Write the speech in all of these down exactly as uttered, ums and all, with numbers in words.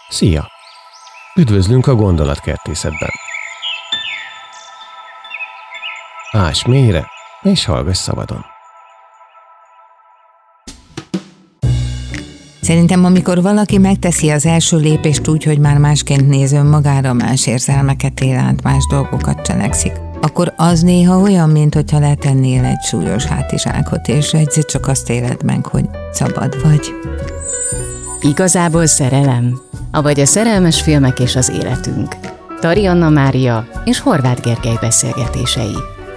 Szia! Üdvözlünk a Gondolatkertészetben. Ás mélyre, és hallgass szabadon. Szerintem, amikor valaki megteszi az első lépést úgy, hogy már másként néz önmagára, más érzelmeket él át, más dolgokat cselekszik, akkor az néha olyan, mint hogyha letennél egy súlyos hátizsákot, és egyszer csak azt éled meg, hogy szabad vagy. Igazából szerelem? Avagy a szerelmes filmek és az életünk. Tari Anna Mária és Horváth Gergely beszélgetései.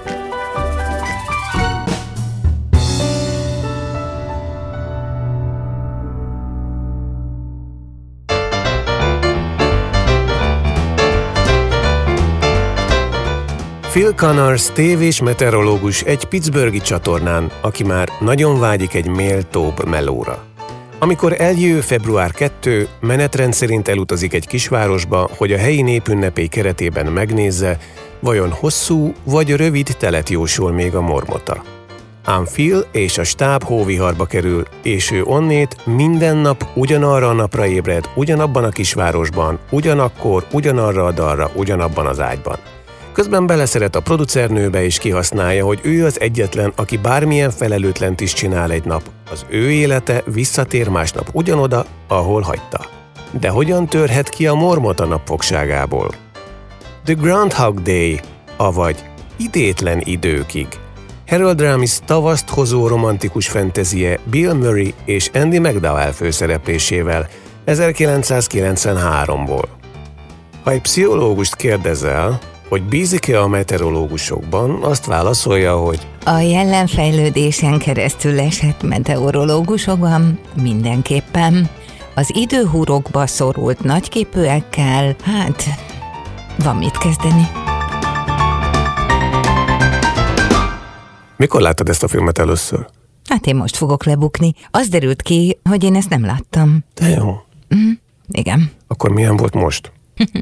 Phil Connors tévés meteorológus egy pittsburghi csatornán, aki már nagyon vágyik egy méltóbb melóra. Amikor eljő február kettő, menetrend szerint elutazik egy kisvárosba, hogy a helyi népünnepély keretében megnézze, vajon hosszú vagy rövid telet jósol még a mormota. Ám Phil és a stáb hóviharba kerül, és ő onnét minden nap ugyanarra a napra ébred, ugyanabban a kisvárosban, ugyanakkor, ugyanarra a dalra, ugyanabban az ágyban. Közben beleszeret a producernőbe és kihasználja, hogy ő az egyetlen, aki bármilyen felelőtlent is csinál egy nap. Az ő élete visszatér másnap ugyanoda, ahol hagyta. De hogyan törhet ki a mormota napfogságából? The Groundhog Day, avagy Idétlen időkig. Harold Ramis tavaszt hozó romantikus fantasie Bill Murray és Andie MacDowell főszereplésével ezerkilencszázkilencvenháromból. Ha egy pszichológust kérdezel, hogy bízik-e a meteorológusokban, azt válaszolja, hogy A jelenfejlődésen keresztül esett meteorológusokban mindenképpen. Az időhurokba szorult nagyképűekkel, hát van mit kezdeni. mikor láttad ezt a filmet először? Hát én most fogok lebukni. Az derült ki, hogy én ezt nem láttam. De jó. Mm, igen. Akkor milyen volt most?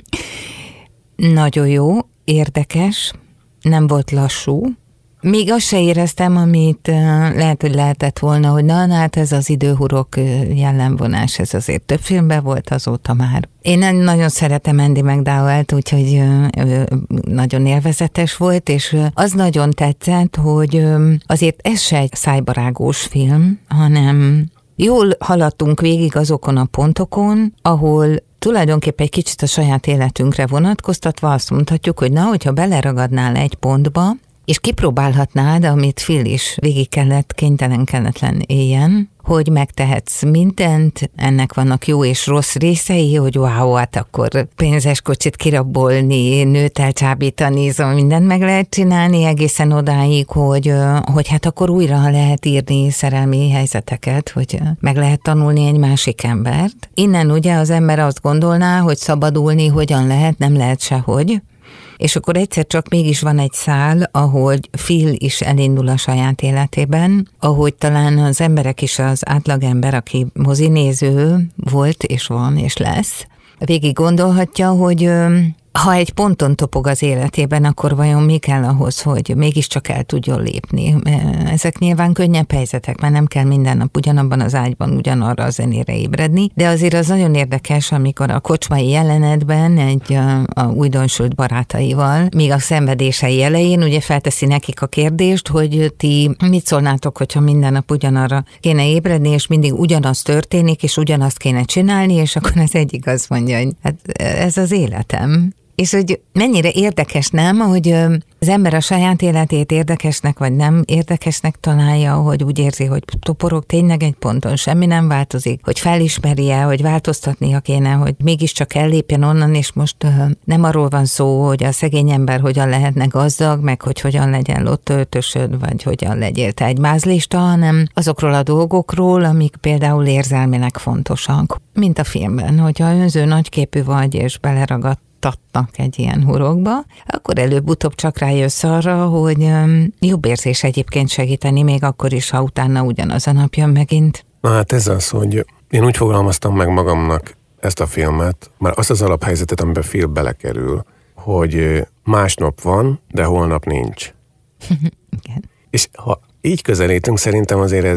Nagyon jó, érdekes, nem volt lassú. Még azt se éreztem, amit uh, lehet, hogy lehetett volna, hogy na, hát ez az időhurok uh, jellemvonás, ez azért több filmben volt azóta már. Én nagyon szeretem Andie MacDowell-t, úgyhogy uh, uh, nagyon élvezetes volt, és uh, az nagyon tetszett, hogy uh, azért ez se egy szájbarágós film, hanem jól haladtunk végig azokon a pontokon, ahol tulajdonképpen egy kicsit a saját életünkre vonatkoztatva azt mondhatjuk, hogy na, hogyha beleragadnál egy pontba, és kipróbálhatnád, amit Phil is végig kellett, kénytelen kelletlen éljen, hogy megtehetsz mindent, ennek vannak jó és rossz részei, hogy wow, hát akkor pénzes kocsit kirabolni, nőt elcsábítani, szóval mindent meg lehet csinálni egészen odáig, hogy, hogy hát akkor újra lehet írni szerelmi helyzeteket, hogy meg lehet tanulni egy másik embert. Innen ugye az ember azt gondolná, hogy szabadulni hogyan lehet, nem lehet sehogy. És akkor egyszer csak mégis van egy szál, ahogy Phil is elindul a saját életében, ahogy talán az emberek is, az átlagember, aki mozinéző volt, és van, és lesz, végig gondolhatja, hogy ha egy ponton topog az életében, akkor vajon mi kell ahhoz, hogy mégiscsak el tudjon lépni. Ezek nyilván könnyebb helyzetek, mert nem kell minden nap ugyanabban az ágyban ugyanarra a zenére ébredni, de azért az nagyon érdekes, amikor a kocsmai jelenetben egy a, a újdonsült barátaival, míg a szenvedései elején ugye felteszi nekik a kérdést, hogy ti mit szólnátok, hogyha minden nap ugyanarra kéne ébredni, és mindig ugyanaz történik, és ugyanazt kéne csinálni, és akkor az egyik azt mondja, hogy hát ez az életem. És hogy mennyire érdekes, nem, hogy az ember a saját életét érdekesnek vagy nem érdekesnek találja, hogy úgy érzi, hogy toporog tényleg egy ponton, semmi nem változik, hogy felismerje, hogy változtatnia kéne, hogy mégiscsak ellépjen onnan, és most nem arról van szó, hogy a szegény ember hogyan lehetne gazdag, meg hogy hogyan legyen lottóötösöd, vagy hogyan legyél te egy mázlista, hanem azokról a dolgokról, amik például érzelmileg fontosak. Mint a filmben, hogyha önző nagyképű vagy, és beleragadt tatnak egy ilyen hurokba, akkor előbb-utóbb csak rájössz arra, hogy um, jobb érzés egyébként segíteni, még akkor is, ha utána ugyanaz a nap jön megint. Na hát ez az, hogy én úgy fogalmaztam meg magamnak ezt a filmet, már azt az alaphelyzetet, amiben Phil belekerül, hogy másnap van, de holnap nincs. Igen. És ha így közelítünk, szerintem azért ez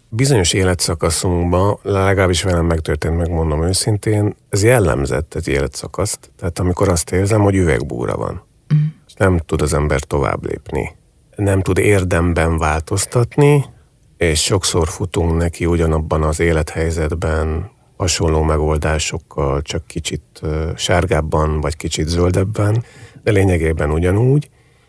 bizonyos életszakaszunkban, legalábbis velem megtörtént, megmondom őszintén, ez jellemzett egy életszakaszt, tehát amikor azt érzem, hogy üvegbúra van. Mm. És nem tud az ember tovább lépni. Nem tud érdemben változtatni, és sokszor futunk neki ugyanabban az élethelyzetben, hasonló megoldásokkal, csak kicsit sárgábban, vagy kicsit zöldebben, de lényegében ugyanúgy,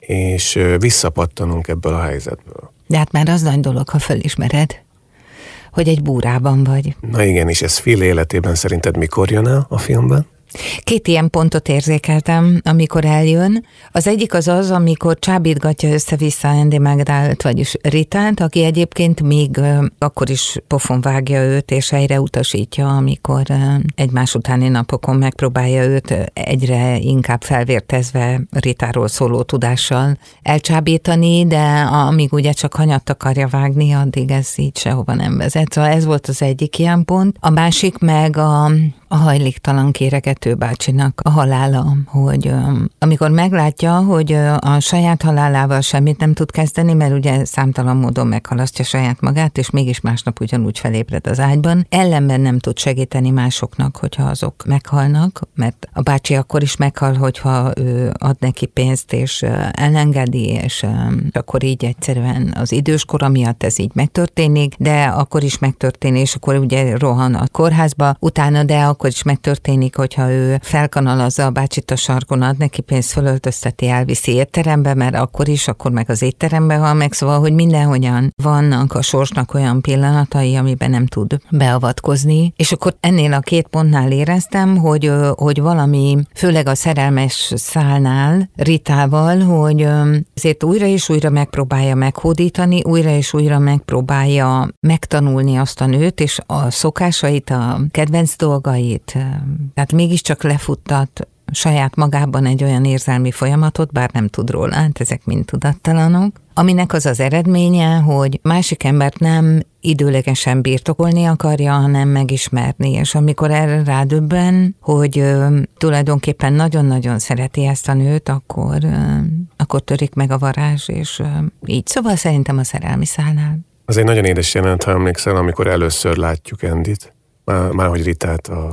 és visszapattanunk ebből a helyzetből. De hát már az nagy dolog, ha felismered, hogy egy búrában vagy. Na igen, és ez Phil életében szerinted mikor jön el a filmben? Két ilyen pontot érzékeltem, amikor eljön. Az egyik az az, amikor csábítgatja össze-vissza Andy McDowell-t, vagyis Ritát, aki egyébként még uh, akkor is pofon vágja őt, és helyre utasítja, amikor uh, egymás utáni napokon megpróbálja őt egyre inkább felvértezve Ritáról szóló tudással elcsábítani, de amíg ugye csak hanyat akarja vágni, addig ez így sehova nem vezet. Szóval ez volt az egyik ilyen pont. A másik meg a, a hajléktalan kéregető bácsinak a halála, hogy um, amikor meglátja, hogy uh, a saját halálával semmit nem tud kezdeni, mert ugye számtalan módon meghalasztja saját magát, és mégis másnap ugyanúgy felébred az ágyban, ellenben nem tud segíteni másoknak, hogyha azok meghalnak, mert a bácsi akkor is meghal, hogyha ő ad neki pénzt, és uh, elengedi, és um, akkor így egyszerűen az időskora miatt ez így megtörténik, de akkor is megtörténik, és akkor ugye rohan a kórházba utána, de akkor is megtörténik, hogyha ő felkanalazza a bácsit a sarkon, ad neki pénzt, fölöltözteti, elviszi étterembe, mert akkor is, akkor meg az étterembe van meg, szóval, hogy mindenhogyan vannak a sorsnak olyan pillanatai, amiben nem tud beavatkozni, és akkor ennél a két pontnál éreztem, hogy, hogy valami, főleg a szerelmes szálnál Ritával, hogy ezért újra és újra megpróbálja meghódítani, újra és újra megpróbálja megtanulni azt a nőt, és a szokásait, a kedvenc dolgait, tehát mégiscsak lefuttat saját magában egy olyan érzelmi folyamatot, bár nem tud róla, hát ezek mind tudattalanok, aminek az az eredménye, hogy másik embert nem időlegesen birtokolni akarja, hanem megismerni, és amikor erre rádöbben, hogy ö, tulajdonképpen nagyon-nagyon szereti ezt a nőt, akkor, ö, akkor törik meg a varázs, és ö, így. Szóval szerintem a szerelmi szálnál. Az egy nagyon édes jelenet, ha emlékszel, amikor először látjuk Andyt, már, már hogy Ritát, a,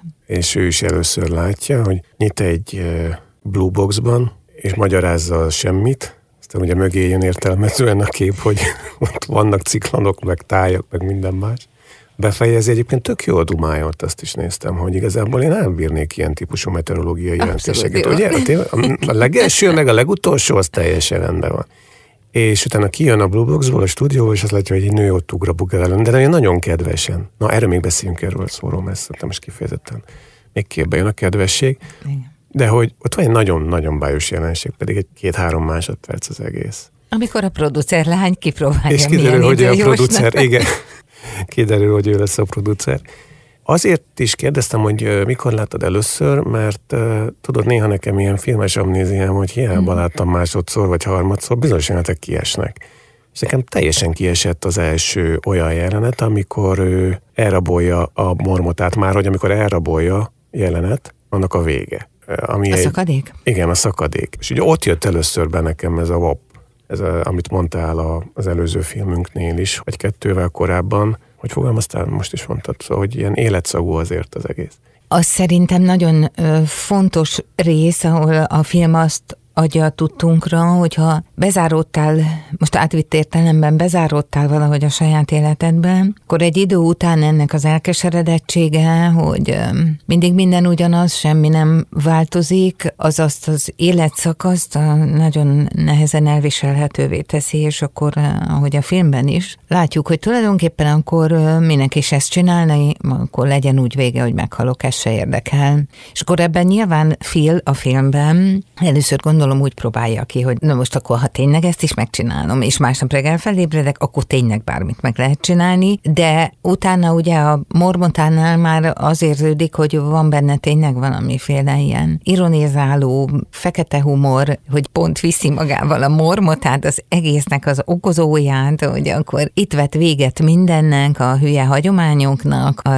és ő is először látja, hogy nyit egy uh, blue boxban, és magyarázza semmit, aztán ugye mögé jön értelmezően a kép, hogy ott vannak ciklonok, meg tájak, meg minden más. Befejezi, egyébként tök jó a dumája, ott azt is néztem, hogy igazából én nem bírnék ilyen típusú meteorológiai jelentéseket. Ugye? A, a legelső, meg a legutolsó, az teljesen rendben van. És utána kijön a Blue Boxból, a stúdióból, és azt látja, hogy egy nő ott ugra bugál, de nagyon kedvesen. Na, erről még beszéljünk erről szóról, mert szerintem most kifejezetten még képbe jön a kedvesség. Igen. De hogy ott van egy nagyon-nagyon bájos jelenség, pedig egy két-három másodperc az egész. Amikor a producer lány kipróbálja, és kiderül, hogy a producer, igen, kiderül, hogy ő lesz a producer. Azért is kérdeztem, hogy mikor láttad először, mert uh, tudod, néha nekem ilyen filmes amnéziám, hogy hiába hmm. láttam másodszor vagy harmadszor, bizonyos jelenetek kiesnek. És nekem teljesen kiesett az első olyan jelenet, amikor ő elrabolja a mormotát, már hogy amikor elrabolja jelenet, annak a vége. Ami a egy, szakadék? Igen, a szakadék. És ugye ott jött először be nekem ez a vap, ez a, amit mondtál a, az előző filmünknél is, vagy kettővel korábban, hogy fogalmaztál, most is mondtad, szóval, hogy ilyen életszagú azért az egész. Az szerintem nagyon ö, fontos rész, ahol a film azt adja a tudtunkra, hogyha bezáródtál, most átvitt értelemben bezáródtál valahogy a saját életedben, akkor egy idő után ennek az elkeseredettsége, hogy mindig minden ugyanaz, semmi nem változik, az azt az életszakaszt nagyon nehezen elviselhetővé teszi, és akkor, ahogy a filmben is, látjuk, hogy tulajdonképpen akkor mindenki is ezt csinálna, akkor legyen úgy vége, hogy meghalok, ez se érdekel. És akkor ebben nyilván Phil a filmben először gondol, úgy próbálja ki, hogy na most akkor, ha tényleg ezt is megcsinálom, és másnap reggel felébredek, akkor tényleg bármit meg lehet csinálni, de utána ugye a mormotánál már az érződik, hogy van benne tényleg valamiféle ilyen ironizáló, fekete humor, hogy pont viszi magával a mormotát, az egésznek az okozóját, hogy akkor itt vett véget mindennek, a hülye hagyományoknak, a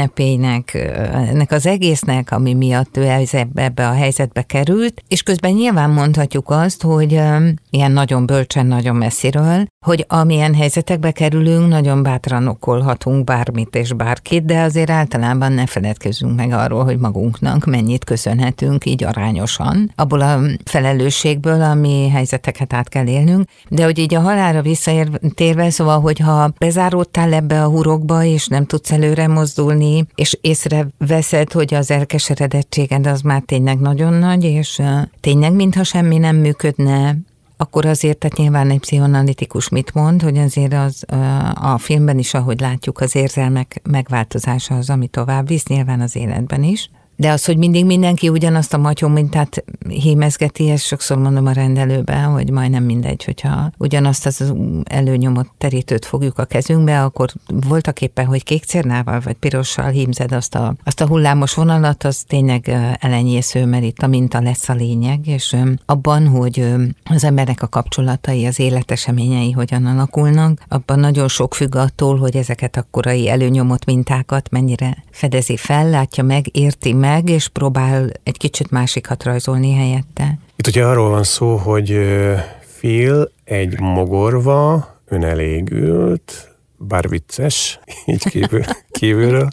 népünnepének, ennek az egésznek, ami miatt ő ebbe a helyzetbe került, és közben nyilván nyilván mondhatjuk azt, hogy um, ilyen nagyon bölcsen, nagyon messziről, hogy amilyen helyzetekbe kerülünk, nagyon bátran okolhatunk bármit és bárkit, de azért általában ne feledkezzünk meg arról, hogy magunknak mennyit köszönhetünk így arányosan, abból a felelősségből, ami helyzeteket át kell élnünk, de hogy így a halálra visszatérve, szóval, hogyha bezáródtál ebbe a hurokba, és nem tudsz előre mozdulni, és észreveszed, hogy az elkeseredettséged az már tényleg nagyon nagy, és uh, tényleg mintha semmi nem működne, akkor azért, tehát nyilván egy pszichoanalitikus mit mond, hogy azért az uh, a filmben is, ahogy látjuk, az érzelmek megváltozása az, ami tovább visz, nyilván az életben is. De az, hogy mindig mindenki ugyanazt a matyó mintát hímezgeti, ezt sokszor mondom a rendelőben, hogy majdnem mindegy, hogyha ugyanazt az előnyomott terítőt fogjuk a kezünkbe, akkor voltak éppen, hogy kék cérnával vagy pirossal hímzed azt a, azt a hullámos vonalat, az tényleg elenyésző, mert itt a minta lesz a lényeg, és abban, hogy az embernek a kapcsolatai, az életeseményei hogyan alakulnak, abban nagyon sok függ attól, hogy ezeket a korai előnyomott mintákat mennyire fedezi fel, látja meg, érti meg, és próbál egy kicsit másikat rajzolni helyette. Itt ugye arról van szó, hogy Phil egy mogorva, önelégült, bár vicces, így kívül, kívülről.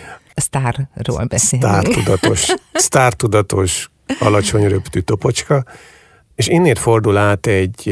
Sztárról beszélünk. Sztártudatos, sztártudatos, alacsony röptű topocska, és innét fordul át egy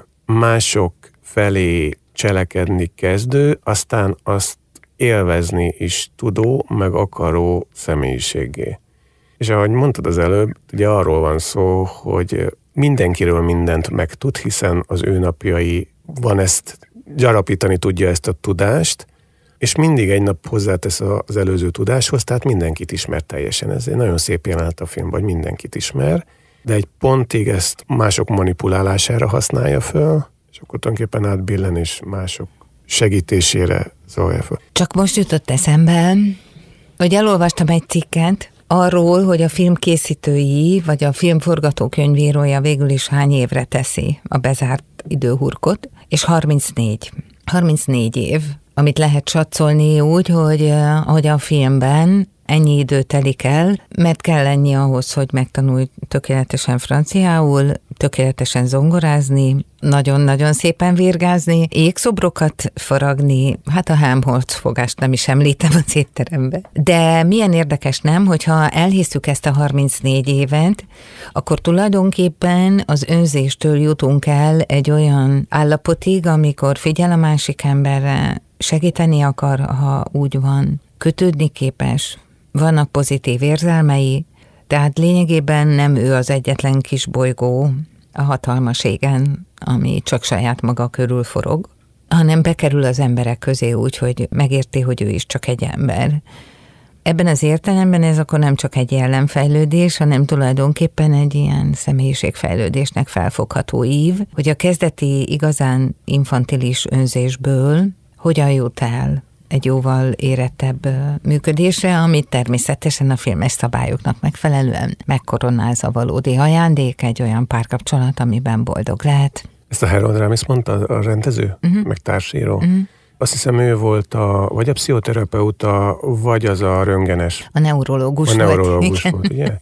mások felé cselekedni kezdő, aztán azt élvezni is tudó, meg akaró személyiségé. És ahogy mondtad az előbb, ugye arról van szó, hogy mindenkiről mindent megtud, hiszen az ő napjai van ezt, gyarapítani tudja ezt a tudást, és mindig egy nap hozzátesz az előző tudáshoz, tehát mindenkit ismer teljesen. Ez egy nagyon szép jelenet a filmben, hogy mindenkit ismer, de egy pontig ezt mások manipulálására használja föl, és akkor tulajdonképpen átbillen, és mások segítésére szolgál föl. Csak most jutott eszembe, hogy elolvastam egy cikket arról, hogy a film készítői, vagy a film forgatókönyvírója végül is hány évre teszi a bezárt időhurkot, és harmincnégy. harmincnégy év, amit lehet satszolni úgy, hogy, hogy a filmben ennyi idő telik el, mert kell lenni ahhoz, hogy megtanulj tökéletesen franciául, tökéletesen zongorázni, nagyon-nagyon szépen virgázni, jégszobrokat faragni, hát a Helmholtz fogást nem is említem az étterembe. De milyen érdekes, nem, hogyha elhisszük ezt a harmincnégy évet, akkor tulajdonképpen az önzéstől jutunk el egy olyan állapotig, amikor figyel a másik emberre, segíteni akar, ha úgy van, kötődni képes, vannak pozitív érzelmei, tehát lényegében nem ő az egyetlen kis bolygó a hatalmas égen, ami csak saját maga körül forog, hanem bekerül az emberek közé úgy, hogy megérti, hogy ő is csak egy ember. Ebben az értelemben ez akkor nem csak egy jellemfejlődés, hanem tulajdonképpen egy ilyen személyiségfejlődésnek felfogható ív, hogy a kezdeti igazán infantilis önzésből hogyan jut el egy jóval érettebb működésre, amit természetesen a filmes szabályoknak megfelelően megkoronáz a valódi ajándék, egy olyan párkapcsolat, amiben boldog lehet. Ezt a Harold Ramis mondta, a rendező, uh-huh. meg társíró. Uh-huh. Azt hiszem, ő volt a, vagy a pszichoterapeuta, vagy az a röntgenes. A neurológus a volt. A neurológus volt, ugye?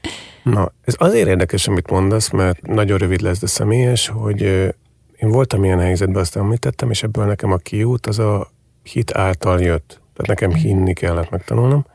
Na, ez azért érdekes, amit mondasz, mert nagyon rövid lesz, de személyes, hogy én voltam ilyen helyzetben, azt említettem, és ebből nekem a kiút az a hit által jött. Tehát nekem hinni kellett megtanulnom.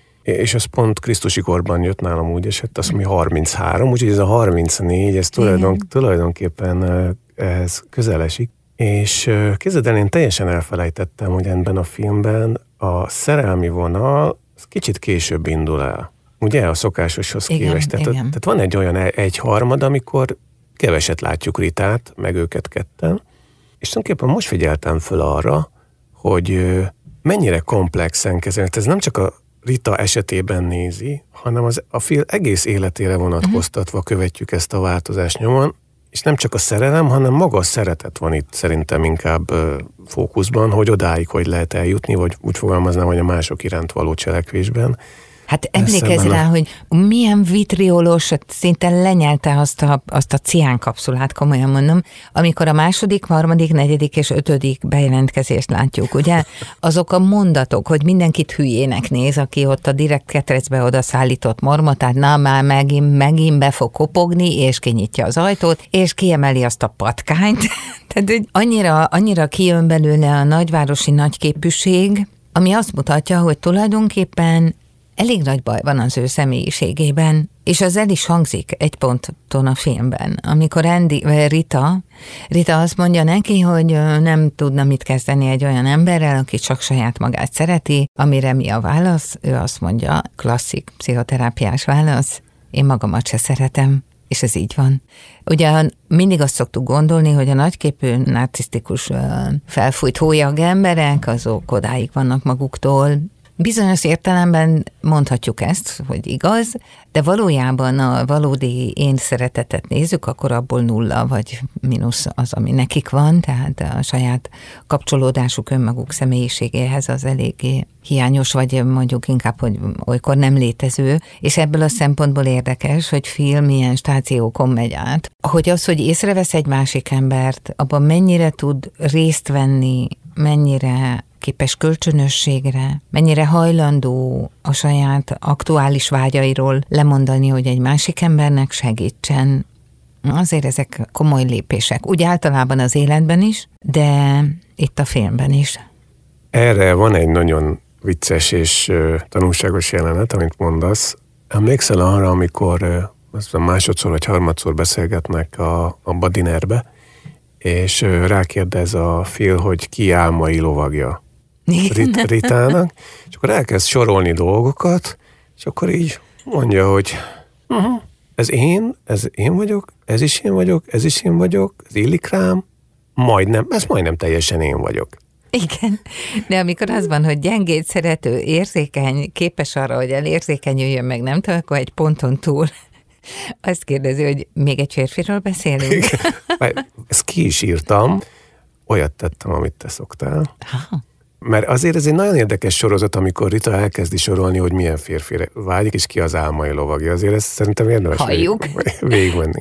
És ez pont Krisztusi korban jött nálam úgy esett, azt mondja harminchárom, úgyhogy ez a harmincnégy, ez tulajdon, tulajdonképpen ez közel esik. És képzeld el, én teljesen elfelejtettem, hogy ebben a filmben a szerelmi vonal az kicsit később indul el. Ugye a szokásoshoz képest. Tehát, tehát van egy olyan egyharmad, amikor keveset látjuk Ritát, meg őket ketten, és tulajdonképpen most figyeltem föl arra, hogy mennyire komplexen kezelni. Ez nem csak a Rita esetében nézi, hanem az, a film egész életére vonatkoztatva követjük ezt a változást nyomon, és nem csak a szerelem, hanem maga a szeretet van itt szerintem inkább uh, fókuszban, hogy odáig, hogy lehet eljutni, vagy úgy fogalmaznám, hogy a mások iránt való cselekvésben. Hát emlékezz rá, a... hogy milyen vitriolos, szinte lenyelte azt a, azt a ciánkapszulát, komolyan mondom, amikor a második, harmadik, negyedik és ötödik bejelentkezést látjuk, ugye? Azok a mondatok, hogy mindenkit hülyének néz, aki ott a direkt ketrecbe oda szállított marmotát, na már megint, megint be fog kopogni, és kinyitja az ajtót, és kiemeli azt a patkányt. Tehát hogy annyira, annyira kijön belőle a nagyvárosi nagyképűség, ami azt mutatja, hogy tulajdonképpen elég nagy baj van az ő személyiségében, és az el is hangzik egy ponton a filmben, amikor Andy, Rita, Rita azt mondja neki, hogy nem tudna mit kezdeni egy olyan emberrel, aki csak saját magát szereti, amire mi a válasz? Ő azt mondja, klasszik pszichoterápiás válasz, én magamat se szeretem, és ez így van. Ugye mindig azt szoktuk gondolni, hogy a nagyképű, narcisztikus, felfújt hólyag emberek, azok odáig vannak maguktól. Bizonyos értelemben mondhatjuk ezt, hogy igaz, de valójában a valódi én szeretetet nézzük, akkor abból nulla vagy mínusz az, ami nekik van, tehát a saját kapcsolódásuk önmaguk személyiségéhez az eléggé hiányos, vagy mondjuk inkább, hogy olykor nem létező, és ebből a szempontból érdekes, hogy film ilyen stációkon megy át, hogy az, hogy észrevesz egy másik embert, abban mennyire tud részt venni, mennyire képes kölcsönösségre, mennyire hajlandó a saját aktuális vágyairól lemondani, hogy egy másik embernek segítsen. Azért ezek komoly lépések. Úgy általában az életben is, de itt a filmben is. Erre van egy nagyon vicces és tanulságos jelenet, amit mondasz. Emlékszel arra, amikor azt másodszor vagy harmadszor beszélgetnek a, a dinerbe, és rákérdez a Phil, hogy ki álmai lovagja Rit- Ritának, és akkor elkezd sorolni dolgokat, és akkor így mondja, hogy uh-huh, ez én, ez én vagyok, ez is én vagyok, ez is én vagyok, ez illik rám, majdnem, ez majdnem teljesen én vagyok. Igen, de amikor az van, hogy gyengéd, szerető, érzékeny, képes arra, hogy elérzékenyüljön meg, nem tudom, akkor egy ponton túl azt kérdezi, hogy még egy férfiról beszélünk? Igen. Ezt ki is írtam, olyat tettem, amit te szoktál. Ha. Mert azért ez egy nagyon érdekes sorozat, amikor Rita elkezdi sorolni, hogy milyen férfire vágyik, és ki az álmai lovagja. Azért ezt szerintem érdemes Halljuk. végigmenni.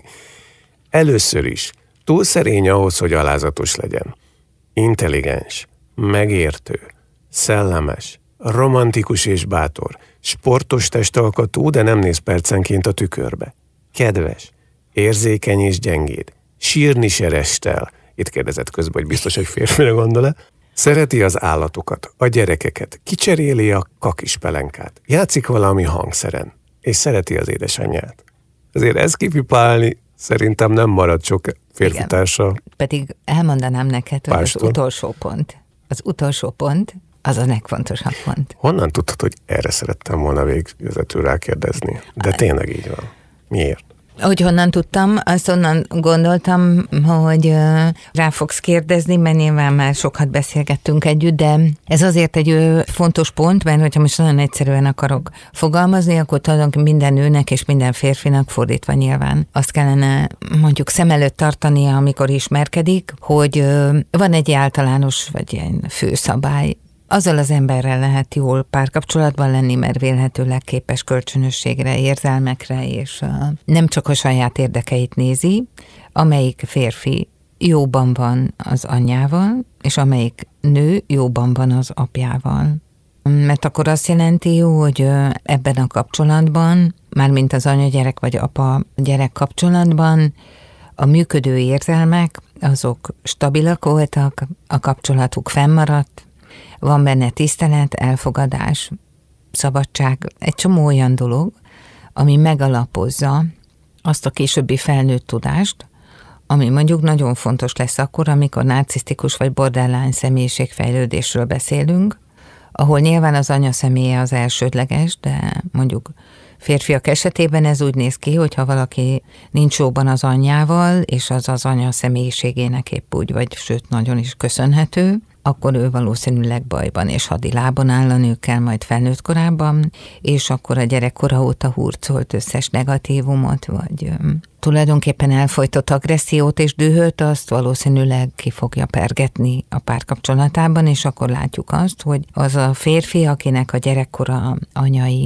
Először is, túl szerény ahhoz, hogy alázatos legyen. Intelligens, megértő, szellemes, romantikus és bátor, sportos testalkatú, de nem néz percenként a tükörbe. Kedves, érzékeny és gyengéd, sírni se restel. Itt kérdezett közben, hogy biztos, hogy férfire gondol-e. Szereti az állatokat, a gyerekeket, kicseréli a kakispelenkát, játszik valami hangszeren, és szereti az édesanyját. Azért ezt kipipálni szerintem nem marad sok férfitársa. Pedig elmondanám neked, hogy az utolsó pont. Az utolsó pont, az a legfontosabb pont. Honnan tudtad, hogy erre szerettem volna végzetül rákérdezni? De tényleg így van. Miért? Hogy honnan tudtam, azt onnan gondoltam, hogy rá fogsz kérdezni, mert nyilván már sokat beszélgettünk együtt, de ez azért egy fontos pont, mert hogyha most nagyon egyszerűen akarok fogalmazni, akkor tulajdonképpen minden nőnek és minden férfinak fordítva nyilván azt kellene mondjuk szem előtt tartania, amikor ismerkedik, hogy van egy általános vagy ilyen főszabály. Azzal az emberrel lehet jól párkapcsolatban lenni, mert vélhetőleg képes kölcsönösségre, érzelmekre, és uh, nem csak a saját érdekeit nézi, amelyik férfi jóban van az anyjával, és amelyik nő jóban van az apjával. Mert akkor azt jelenti, hogy uh, ebben a kapcsolatban, mármint az anya-gyerek vagy apa-gyerek kapcsolatban a működő érzelmek, azok stabilak voltak, a kapcsolatuk fennmaradt, van benne tisztelet, elfogadás, szabadság, egy csomó olyan dolog, ami megalapozza azt a későbbi felnőtt tudást, ami mondjuk nagyon fontos lesz akkor, amikor narcisztikus vagy borderline személyiségfejlődésről beszélünk, ahol nyilván az anya személye az elsődleges, de mondjuk férfiak esetében ez úgy néz ki, hogyha valaki nincs jóban az anyjával, és az az anya személyiségének épp úgy, vagy sőt nagyon is köszönhető, akkor ő valószínűleg bajban és hadilában áll a nőkkel majd felnőtt korában, és akkor a gyerekkora óta hurcolt összes negatívumot, vagy öm, tulajdonképpen elfojtott agressziót és dühöt, azt valószínűleg ki fogja pergetni a párkapcsolatában, és akkor látjuk azt, hogy az a férfi, akinek a gyerekkora anyai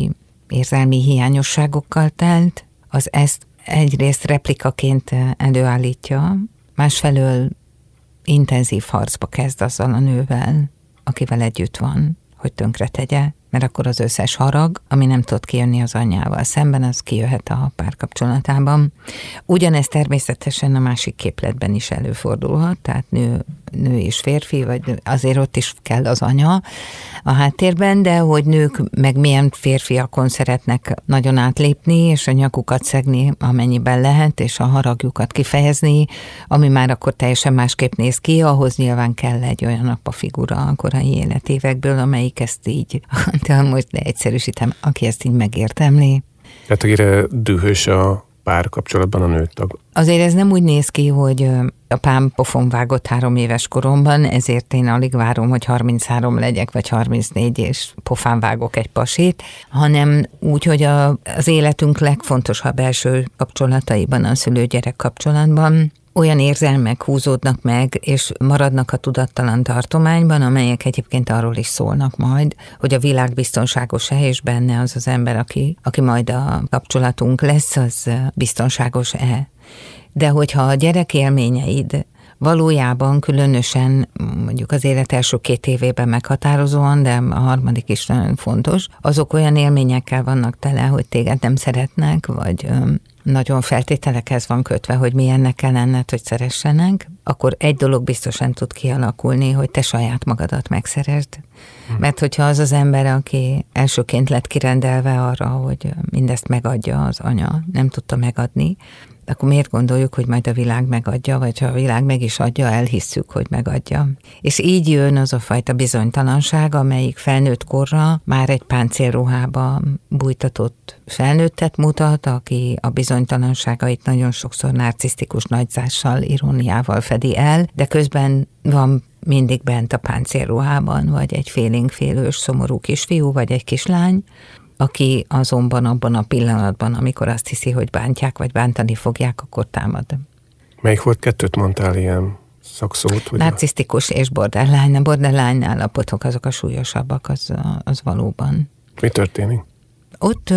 érzelmi hiányosságokkal telt, az ezt egyrészt replikaként előállítja, másfelől intenzív harcba kezd azzal a nővel, akivel együtt van, hogy tönkre tegye, mert akkor az összes harag, ami nem tud kijönni az anyjával szemben, az kijöhet a párkapcsolatában. Ugyanez természetesen a másik képletben is előfordulhat, tehát nő, nő és férfi, vagy azért ott is kell az anya a háttérben, de hogy nők meg milyen férfiakon szeretnek nagyon átlépni, és a nyakukat szegni, amennyiben lehet, és a haragjukat kifejezni, ami már akkor teljesen másképp néz ki, ahhoz nyilván kell egy olyan apa figura a korai életévekből, amelyik ezt így, de most leegyszerűsítem, aki ezt így megértemli. Tehát akire dühös a párkapcsolatban a nőtag. Azért ez nem úgy néz ki, hogy apám pofon vágott három éves koromban, ezért én alig várom, hogy harminchárom legyek, vagy harmincnégy, és pofán vágok egy pasit, hanem úgy, hogy a, az életünk legfontosabb első kapcsolataiban, a szülő-gyerek kapcsolatban olyan érzelmek húzódnak meg, és maradnak a tudattalan tartományban, amelyek egyébként arról is szólnak majd, hogy a világ biztonságos-e, és benne az az ember, aki, aki majd a kapcsolatunk lesz, az biztonságos-e. De hogyha a gyerek élményeid valójában különösen mondjuk az élet első két évében meghatározóan, de a harmadik is nagyon fontos, azok olyan élményekkel vannak tele, hogy téged nem szeretnek, vagy nagyon feltételekhez van kötve, hogy milyennek kell lenned, hogy szeressenek, akkor egy dolog biztosan tud kialakulni, hogy te saját magadat megszeresd. Hmm. Mert hogyha az az ember, aki elsőként lett kirendelve arra, hogy mindezt megadja az anya, nem tudta megadni, akkor miért gondoljuk, hogy majd a világ megadja, vagy ha a világ meg is adja, elhisszük, hogy megadja. És így jön az a fajta bizonytalanság, amelyik felnőtt korra már egy páncélruhába bújtatott felnőttet mutat, aki a bizonytalanságait nagyon sokszor narcisztikus nagyzással, iróniával fedi el, de közben van mindig bent a páncélruhában, vagy egy félénkfélős, szomorú kisfiú, vagy egy kislány, aki azonban abban a pillanatban, amikor azt hiszi, hogy bántják, vagy bántani fogják, akkor támad. Melyik volt, kettőt mondtál ilyen szakszót? Narcisztikus és borderline. A borderline állapotok azok a súlyosabbak, az, az valóban. Mi történik? Ott...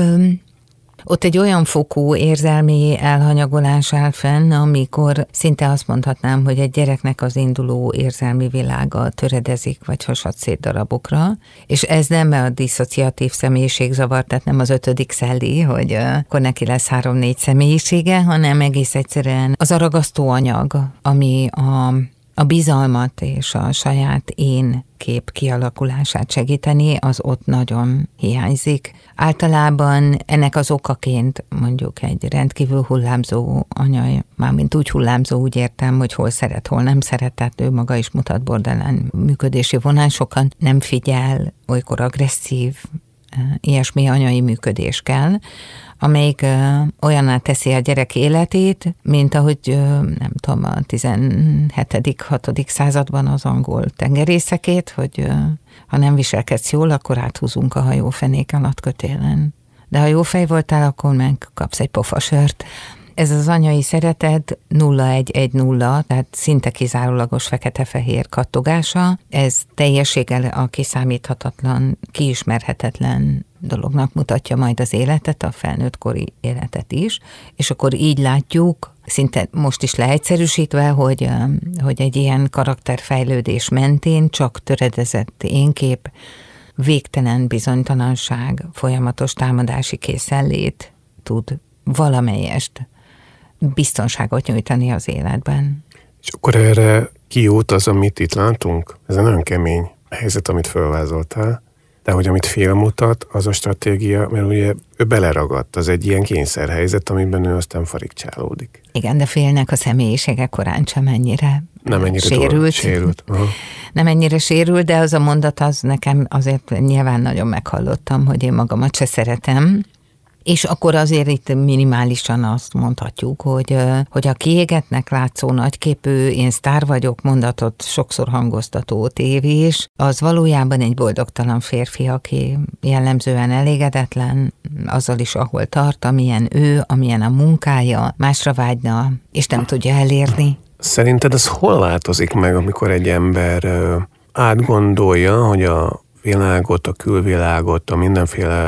Ott egy olyan fokú érzelmi elhanyagolás áll fenn, amikor szinte azt mondhatnám, hogy egy gyereknek az induló érzelmi világa töredezik, vagy hasad szét darabokra, és ez nem a diszociatív személyiségzavar, tehát nem az ötödik szelli, hogy akkor neki lesz három-négy személyisége, hanem egész egyszerűen az a ragasztó anyag, ami a a bizalmat és a saját én kép kialakulását segíteni, az ott nagyon hiányzik. Általában ennek az okaként mondjuk egy rendkívül hullámzó anya, mármint úgy hullámzó, úgy értem, hogy hol szeret, hol nem szeret, tehát ő maga is mutat borderline működési vonásokat, nem figyel, olykor agresszív, ilyesmi anyai működés kell, amelyik olyanná teszi a gyerek életét, mint ahogy, nem tudom, a tizenhetedik hatodik században az angol tengerészekét, hogy ha nem viselkedsz jól, akkor áthúzunk a hajófenék alatt kötélen. De ha jó fej voltál, akkor megkapsz egy pofasört. Ez az anyai szeretet nulla egy egy nulla, tehát szinte kizárólagos fekete-fehér kattogása. Ez teljességgel a kiszámíthatatlan, kiismerhetetlen dolognak mutatja majd az életet, a felnőttkori életet is, és akkor így látjuk, szinte most is leegyszerűsítve, hogy, hogy egy ilyen karakterfejlődés mentén csak töredezett énkép, végtelen bizonytalanság, folyamatos támadási készenlét tud valamelyest biztonságot nyújtani az életben. És akkor erre kiút az, amit itt látunk? Ez egy nagyon kemény helyzet, amit felvázoltál, de hogy amit félmutat, az a stratégia, mert ugye ő beleragadt, az egy ilyen kényszerhelyzet, amiben ő aztán farigcsálódik. Igen, de félnek a személyisége korán sem ennyire Nem ennyire sérült. sérült. Nem ennyire sérült, de az a mondat az nekem azért nyilván nagyon meghallottam, hogy én magamat se szeretem. És akkor azért itt minimálisan azt mondhatjuk, hogy, hogy a kiégetnek látszó nagyképű, én sztár vagyok mondatot sokszor hangoztató tévés, az valójában egy boldogtalan férfi, aki jellemzően elégedetlen azzal is, ahol tart, amilyen ő, amilyen a munkája, másra vágyna, és nem tudja elérni. Szerinted ez hol változik meg, amikor egy ember átgondolja, hogy a világot, a külvilágot, a mindenféle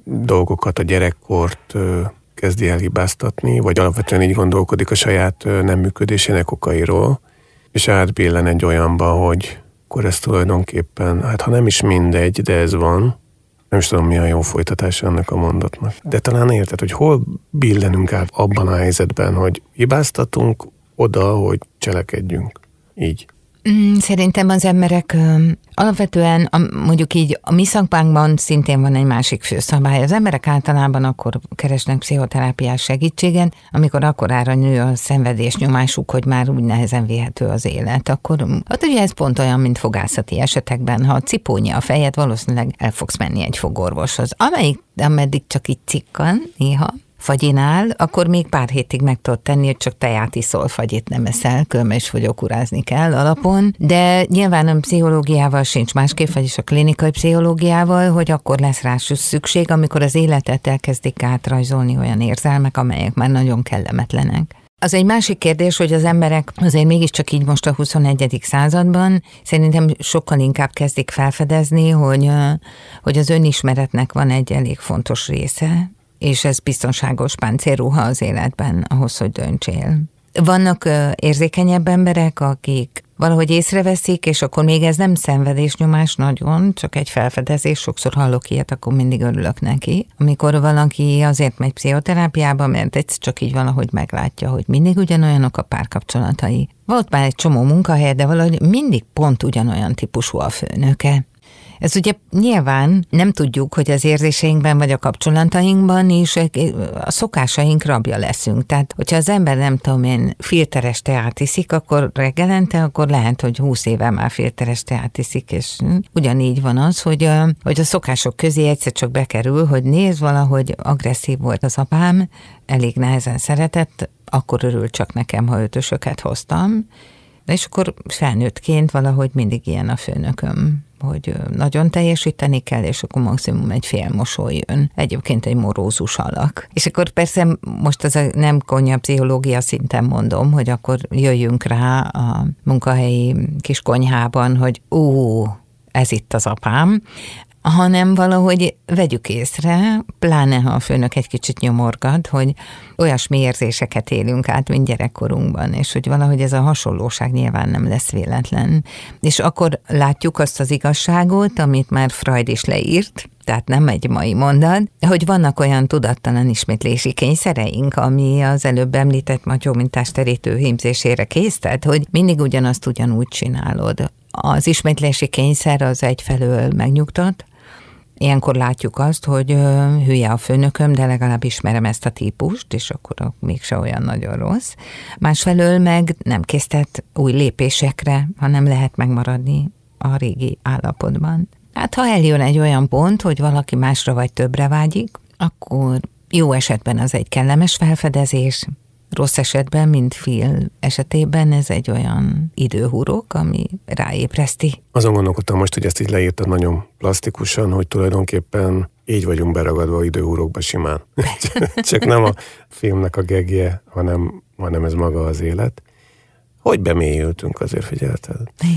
dolgokat, a gyerekkort kezdi el hibáztatni, vagy alapvetően így gondolkodik a saját nem működésének okairól, és átbillen egy olyanba, hogy akkor ez tulajdonképpen, hát ha nem is mindegy, de ez van, nem is tudom, mi a jó folytatása ennek a mondatnak. De talán érted, hogy hol billenünk át abban a helyzetben, hogy hibáztatunk oda, hogy cselekedjünk. Így. Szerintem az emberek alapvetően, mondjuk így a mi szakmánkban szintén van egy másik főszabály. Az emberek általában akkor keresnek pszichoterápiás segítségen, amikor akkorára nő a szenvedésnyomásuk, hogy már úgy nehezen vihető az élet. Akkor hát ugye ez pont olyan, mint fogászati esetekben. Ha cipónyi a fejed, valószínűleg el fogsz menni egy fogorvoshoz. Amelyik, ameddig csak így cikkan néha, fagyinál, akkor még pár hétig meg tudod tenni, hogy csak teját iszol, fagyit nem eszel, különben is fogyókúrázni kell alapon, de nyilván a pszichológiával sincs másképp, vagyis a klinikai pszichológiával, hogy akkor lesz rá szükség, amikor az életet elkezdik átrajzolni olyan érzelmek, amelyek már nagyon kellemetlenek. Az egy másik kérdés, hogy az emberek azért mégiscsak így most a huszonegyedik században szerintem sokkal inkább kezdik felfedezni, hogy, hogy az önismeretnek van egy elég fontos része, és ez biztonságos páncélruha az életben, ahhoz, hogy döntsél. Vannak uh, érzékenyebb emberek, akik valahogy észreveszik, és akkor még ez nem szenvedésnyomás nagyon, csak egy felfedezés, sokszor hallok ilyet, akkor mindig örülök neki. Amikor valaki azért megy pszichoterápiába, mert egyszer csak így valahogy meglátja, hogy mindig ugyanolyanok a párkapcsolatai. Volt már egy csomó munkahely, de valahogy mindig pont ugyanolyan típusú a főnöke. Ez ugye nyilván nem tudjuk, hogy az érzéseinkben vagy a kapcsolatainkban is a szokásaink rabja leszünk. Tehát, hogyha az ember nem tudom én filteres teát iszik, akkor reggelente, akkor lehet, hogy húsz éve már filteres teát iszik, és ugyanígy van az, hogy a, hogy a szokások közé egyszer csak bekerül, hogy nézd, valahogy agresszív volt az apám, elég nehezen szeretett, akkor örül csak nekem, ha ötösöket hoztam, és akkor felnőttként valahogy mindig ilyen a főnököm, hogy nagyon teljesíteni kell, és akkor maximum egy fél mosoly jön. Egyébként egy morózus alak. És akkor persze most az a nem konya pszichológia szinten mondom, hogy akkor jöjjünk rá a munkahelyi kis konyhában, hogy ó, ez itt az apám, hanem valahogy vegyük észre, pláne ha a főnök egy kicsit nyomorgat, hogy olyasmi érzéseket élünk át, mint gyerekkorunkban, és hogy valahogy ez a hasonlóság nyilván nem lesz véletlen. És akkor látjuk azt az igazságot, amit már Freud is leírt, tehát nem egy mai mondat, hogy vannak olyan tudattalan ismétlési kényszereink, ami az előbb említett matyómintás terítő hímzésére késztet, hogy mindig ugyanazt ugyanúgy csinálod. Az ismétlési kényszer az egyfelől megnyugtat, ilyenkor látjuk azt, hogy ö, hülye a főnököm, de legalább ismerem ezt a típust, és akkor mégse olyan nagyon rossz. Másfelől meg nem késztet új lépésekre, hanem lehet megmaradni a régi állapotban. Hát ha eljön egy olyan pont, hogy valaki másra vagy többre vágyik, akkor jó esetben az egy kellemes felfedezés, rossz esetben, mint Phil esetében ez egy olyan időhurok, ami ráébreszti. Azon gondolkodtam most, hogy ezt így leírtad nagyon plastikusan, hogy tulajdonképpen így vagyunk beragadva időhurokba simán. Csak nem a filmnek a gegje, hanem, hanem ez maga az élet. Hogy bemélyültünk, azért figyelted?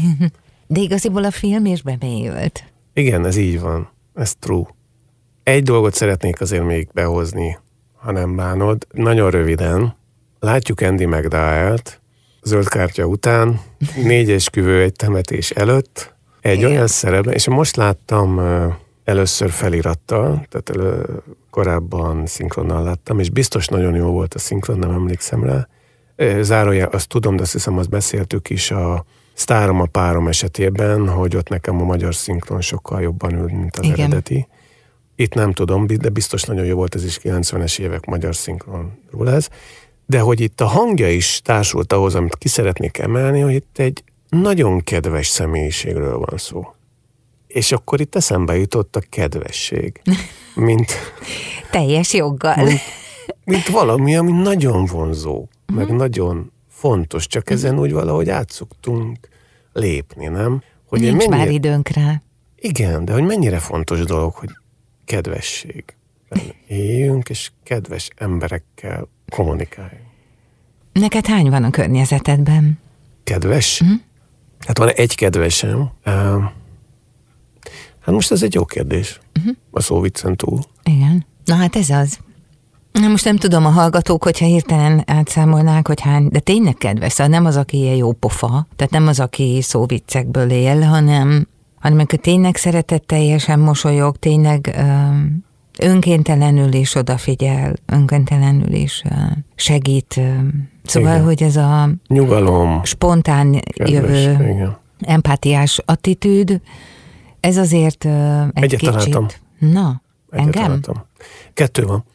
De igaziból a film is bemélyült. Igen, ez így van. Ez true. Egy dolgot szeretnék azért még behozni, ha nem bánod. Nagyon röviden. Látjuk Andie MacDowell-t zöld kártya után, négy esküvő egy temetés előtt, egy Igen. olyan szerepben, és most láttam uh, először felirattal, tehát elő, korábban szinkronnal láttam, és biztos nagyon jó volt a szinkron, nem emlékszem rá. Zárójel, azt tudom, de azt hiszem, azt beszéltük is a Sztárom a párom esetében, hogy ott nekem a magyar szinkron sokkal jobban ül, mint az Igen. eredeti. Itt nem tudom, de biztos nagyon jó volt, ez is kilencvenes évek magyar szinkronról ez. De hogy itt a hangja is társult ahhoz, amit ki szeretnék emelni, hogy itt egy nagyon kedves személyiségről van szó. És akkor itt eszembe jutott a kedvesség. Mint... Teljes joggal. Mint, mint valami, ami nagyon vonzó, meg uh-huh. nagyon fontos, csak ezen uh-huh. úgy valahogy átszoktunk lépni, nem? Hogy Nincs mennyire... már időnk rá. Igen, de hogy mennyire fontos dolog, hogy kedvesség. Éljünk, és kedves emberekkel kommunikáljunk. Neked hány van a környezetedben? Kedves? Uh-huh. Hát van egy kedvesem. Hát most ez egy jó kérdés. Uh-huh. A szó viccen túl. Igen. Na hát ez az. Na most nem tudom, a hallgatók, hogyha hirtelen átszámolnák, hogy hány, de tényleg kedves, szóval nem az, aki ilyen jó pofa, tehát nem az, aki szóviccekből él, hanem, hanem akkor tényleg szeretetteljesen mosolyog, tényleg um, önkéntelenül is odafigyel, önkéntelenül is uh, segít. Um, szóval, igen. Hogy ez a nyugalom, spontán kedves, jövő, igen. Empátiás attitűd, ez azért uh, egy Egyet kicsit... találtam. Na, Egyet engem? Találtam. Kettő van.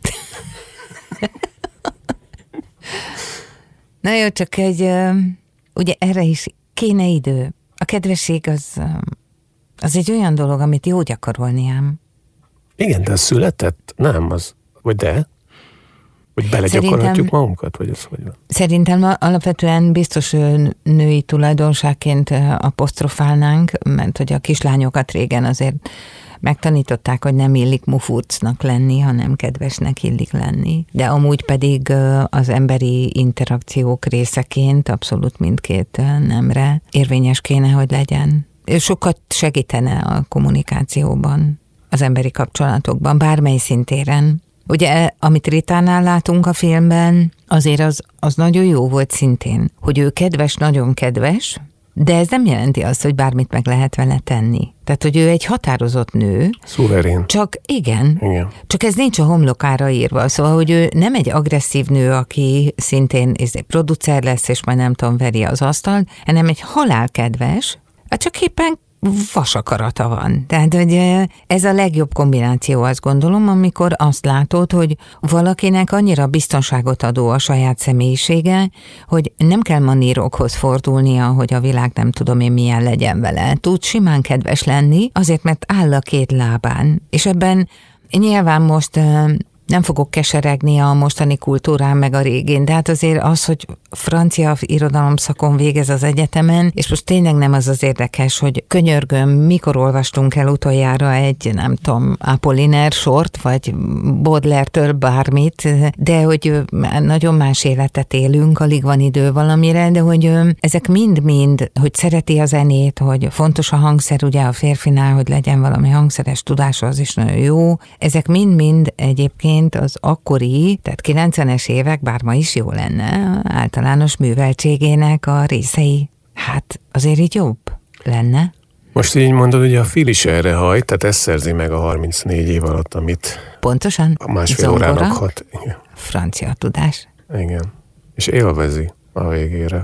Na jó, csak egy, ugye erre is kéne idő. A kedvesség az, az egy olyan dolog, amit jó gyakorolni ám. Igen, de az született? Nem, az, vagy de? Hogy belegyakorolhatjuk magunkat, vagy ez hogy van? Szerintem alapvetően biztos női tulajdonságként apostrofálnánk, mert hogy a kislányokat régen azért megtanították, hogy nem illik mufurcnak lenni, hanem kedvesnek illik lenni. De amúgy pedig az emberi interakciók részeként abszolút mindkét nemre érvényes kéne, hogy legyen. Sokat segítene a kommunikációban, az emberi kapcsolatokban, bármely szintéren. Ugye, amit Ritánál látunk a filmben, azért az, az nagyon jó volt szintén, hogy ő kedves, nagyon kedves, de ez nem jelenti azt, hogy bármit meg lehet vele tenni. Tehát, hogy ő egy határozott nő. Szuverén. Csak igen, igen. Csak ez nincs a homlokára írva. Szóval, hogy ő nem egy agresszív nő, aki szintén egy producer lesz, és majd nem tudom, veri az asztalt, hanem egy halálkedves, csak éppen vasakarata van. Tehát, hogy ez a legjobb kombináció, azt gondolom, amikor azt látod, hogy valakinek annyira biztonságot adó a saját személyisége, hogy nem kell manírokhoz fordulnia, hogy a világ nem tudom én milyen legyen vele. Tud simán kedves lenni, azért, mert áll a két lábán. És ebben nyilván most nem fogok keseregni a mostani kultúrán meg a régén, de hát azért az, hogy francia irodalom szakon végez az egyetemen, és most tényleg nem az az érdekes, hogy könyörgöm, mikor olvastunk el utoljára egy, nem tudom, Apollinaire sort, vagy Baudelaire-től bármit, de hogy nagyon más életet élünk, alig van idő valamire, de hogy ezek mind-mind, hogy szereti a zenét, hogy fontos a hangszer, ugye a férfinál, hogy legyen valami hangszeres tudása, az is nagyon jó. Ezek mind-mind egyébként az akkori, tehát kilencvenes évek, bár ma is jó lenne, általános műveltségének a részei. Hát azért így jobb lenne. Most így mondod, hogy a Phil is erre hajt, tehát ez szerzi meg a harmincnégy év alatt, amit pontosan. A másfél zongora, órának hat. Igen. Francia tudás. Igen. És élvezi a végére.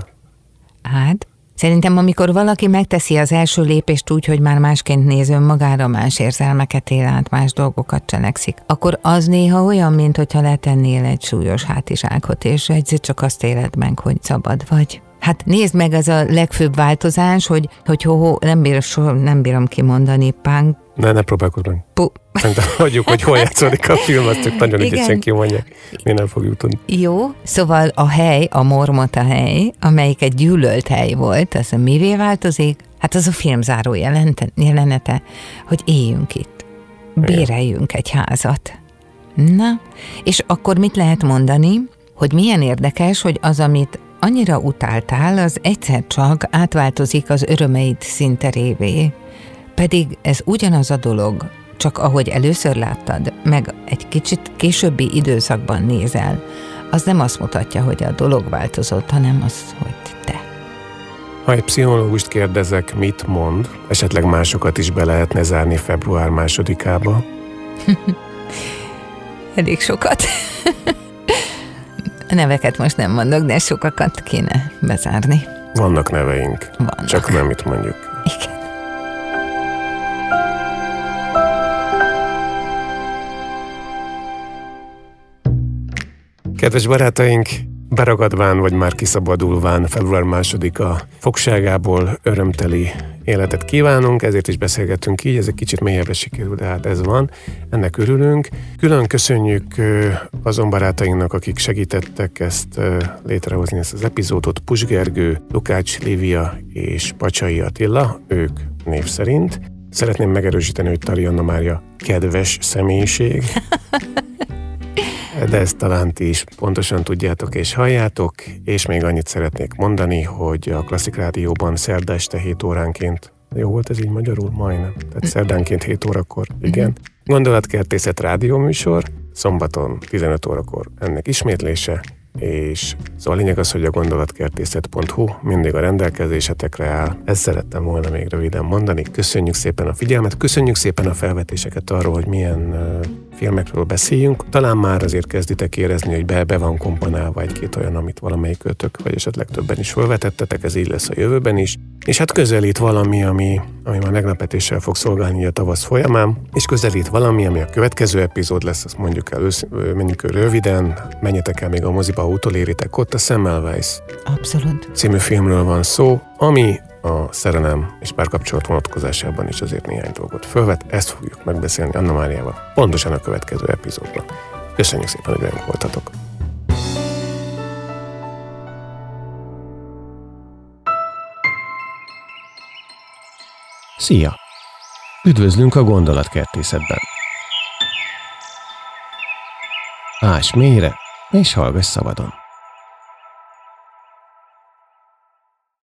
Hát, szerintem amikor valaki megteszi az első lépést úgy, hogy már másként néz önmagára, más érzelmeket él át, más dolgokat cselekszik, akkor az néha olyan, mint hogyha letennél egy súlyos hátizsákot, és egyszer csak azt éled meg, hogy szabad vagy. Hát nézd meg, ez a legfőbb változás, hogy, hogy ho, ho, nem, bírom, nem bírom kimondani, pánk. Ne, ne próbálkozz meg. Hagyjuk, hogy hol játszódik a film, azt csak nagyon ügyesen kimondják. Mi nem fogjuk tudni. Jó, szóval a hely, a Mormota hely, amelyik egy gyűlölt hely volt, az a mivé változik? Hát az a filmzáró jelente, jelenete, hogy éljünk itt. Béreljünk egy házat. Na, és akkor mit lehet mondani, hogy milyen érdekes, hogy az, amit annyira utáltál, az egyszer csak átváltozik az örömeid színterévé. Pedig ez ugyanaz a dolog, csak ahogy először láttad, meg egy kicsit későbbi időszakban nézel, az nem azt mutatja, hogy a dolog változott, hanem az, hogy te. Ha egy pszichológust kérdezek, mit mond, esetleg másokat is be lehetne zárni február másodikába? Elég sokat. A neveket most nem mondok, de sokakat kéne bezárni. Vannak neveink, Vannak. Csak nem itt mondjuk. Igen. Kedves barátaink, beragadván vagy már kiszabadulván február másodika fogságából örömteli életet kívánunk, ezért is beszélgetünk így, ez egy kicsit mélyebbre sikerül, de hát ez van, ennek örülünk. Külön köszönjük azon barátainknak, akik segítettek ezt létrehozni, ezt az epizódot, Pus Gergő, Lukács Lívia és Pacsai Attila, ők név szerint. Szeretném megerősíteni, hogy Tari Anna Mária kedves személyiség, de ezt talán ti is pontosan tudjátok és halljátok, és még annyit szeretnék mondani, hogy a Klasszik Rádióban szerda este hét óránként Jó volt ez így magyarul? Majdnem. Tehát szerdánként hét órakor, igen. Gondolatkertészet rádióműsor, szombaton tizenöt órakor ennek ismétlése, és szóval a lényeg az, hogy a gondolatkertészet pont hu mindig a rendelkezésetekre áll. Ezt szerettem volna még röviden mondani. Köszönjük szépen a figyelmet, köszönjük szépen a felvetéseket arról, hogy milyen uh, filmekről beszéljünk. Talán már azért kezditek érezni, hogy be, be van komponálva egy-két olyan, amit valamelyik kötök, vagy esetleg többen is felvetettetek, ez így lesz a jövőben is. És hát közelít valami, ami, ami már meglepetéssel fog szolgálni a tavasz folyamán, és közelít valami, ami a következő epizód lesz, azt mondjuk el, menjünk röviden, menjetek el még a moziba, ha utoléritek ott, a Semmelweis Abszolút. című filmről van szó, ami a szerelem és párkapcsolat vonatkozásában is azért néhány dolgot fölvet, ezt fogjuk megbeszélni Anna Máriával, pontosan a következő epizódban. Köszönjük szépen, hogy velünk voltatok! Szia! Üdvözlünk a Gondolatkertészetben! Ás mélyre, és hallgass szabadon!